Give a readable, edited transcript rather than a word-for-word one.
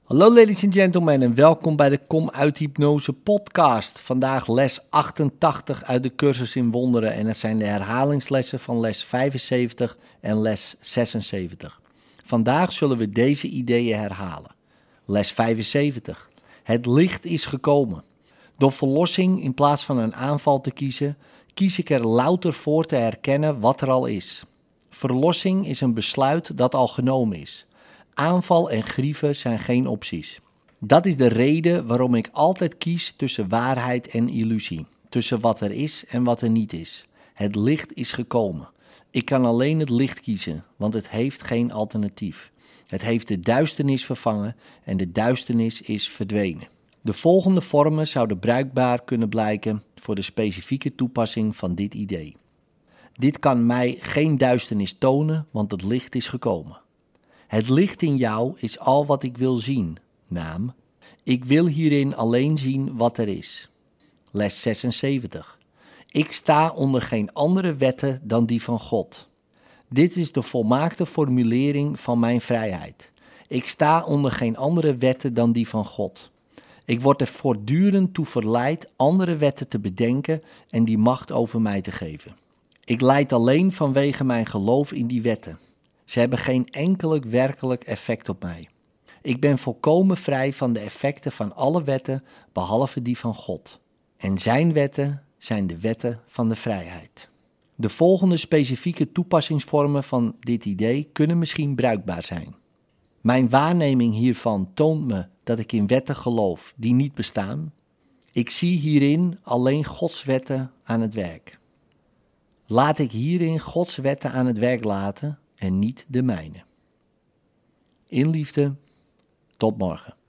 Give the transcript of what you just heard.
Hallo ladies and gentlemen en welkom bij de Kom uit Hypnose podcast. Vandaag les 88 uit de cursus in wonderen en het zijn de herhalingslessen van les 75 en les 76. Vandaag zullen we deze ideeën herhalen. Les 75. Het licht is gekomen. Door verlossing in plaats van een aanval te kiezen, kies ik er louter voor te herkennen wat er al is. Verlossing is een besluit dat al genomen is. Aanval en grieven zijn geen opties. Dat is de reden waarom ik altijd kies tussen waarheid en illusie. Tussen wat er is en wat er niet is. Het licht is gekomen. Ik kan alleen het licht kiezen, want het heeft geen alternatief. Het heeft de duisternis vervangen en de duisternis is verdwenen. De volgende vormen zouden bruikbaar kunnen blijken voor de specifieke toepassing van dit idee. Dit kan mij geen duisternis tonen, want het licht is gekomen. Het licht in jou is al wat ik wil zien, naam. Ik wil hierin alleen zien wat er is. Les 76. Ik sta onder geen andere wetten dan die van God. Dit is de volmaakte formulering van mijn vrijheid. Ik sta onder geen andere wetten dan die van God. Ik word er voortdurend toe verleid andere wetten te bedenken en die macht over mij te geven. Ik lijd alleen vanwege mijn geloof in die wetten. Ze hebben geen enkele werkelijk effect op mij. Ik ben volkomen vrij van de effecten van alle wetten, behalve die van God. En zijn wetten zijn de wetten van de vrijheid. De volgende specifieke toepassingsvormen van dit idee kunnen misschien bruikbaar zijn. Mijn waarneming hiervan toont me dat ik in wetten geloof die niet bestaan. Ik zie hierin alleen Gods wetten aan het werk. Laat ik hierin Gods wetten aan het werk laten en niet de mijne. In liefde, tot morgen.